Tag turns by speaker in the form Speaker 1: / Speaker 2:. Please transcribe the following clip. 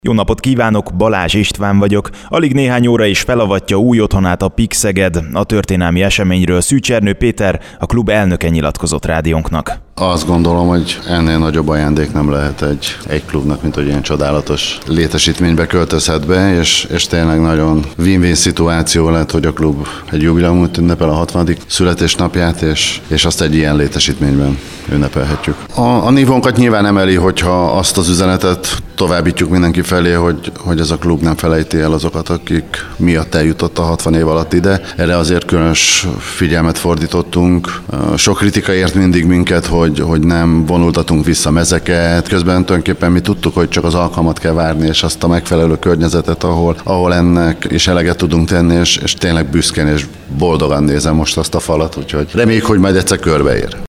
Speaker 1: Jó napot kívánok, Balázs István vagyok. Alig néhány óra is felavatja új otthonát a PIK Szeged. A történelmi eseményről Szűcsernő Péter, a klub elnöke nyilatkozott rádiónknak.
Speaker 2: Azt gondolom, hogy ennél nagyobb ajándék nem lehet egy klubnak, mint hogy ilyen csodálatos létesítménybe költözhet be, és tényleg nagyon win-win szituáció lett, hogy a klub egy jubileumot ünnepel, a 60. születésnapját, és azt egy ilyen létesítményben ünnepelhetjük. A nívónkat nyilván emeli, hogyha azt az üzenetet továbbítjuk mindenki felé, hogy ez a klub nem felejti el azokat, akik miatt eljutott a 60 év alatt ide. Erre azért különös figyelmet fordítottunk. Sok kritika ért mindig minket, hogy nem vonultatunk vissza mezeket. Közben tulajdonképpen mi tudtuk, hogy csak az alkalmat kell várni, és azt a megfelelő környezetet, ahol ennek is eleget tudunk tenni, és tényleg büszkén és boldogan nézem most azt a falat, úgyhogy reméljük, hogy majd egyszer körbeér.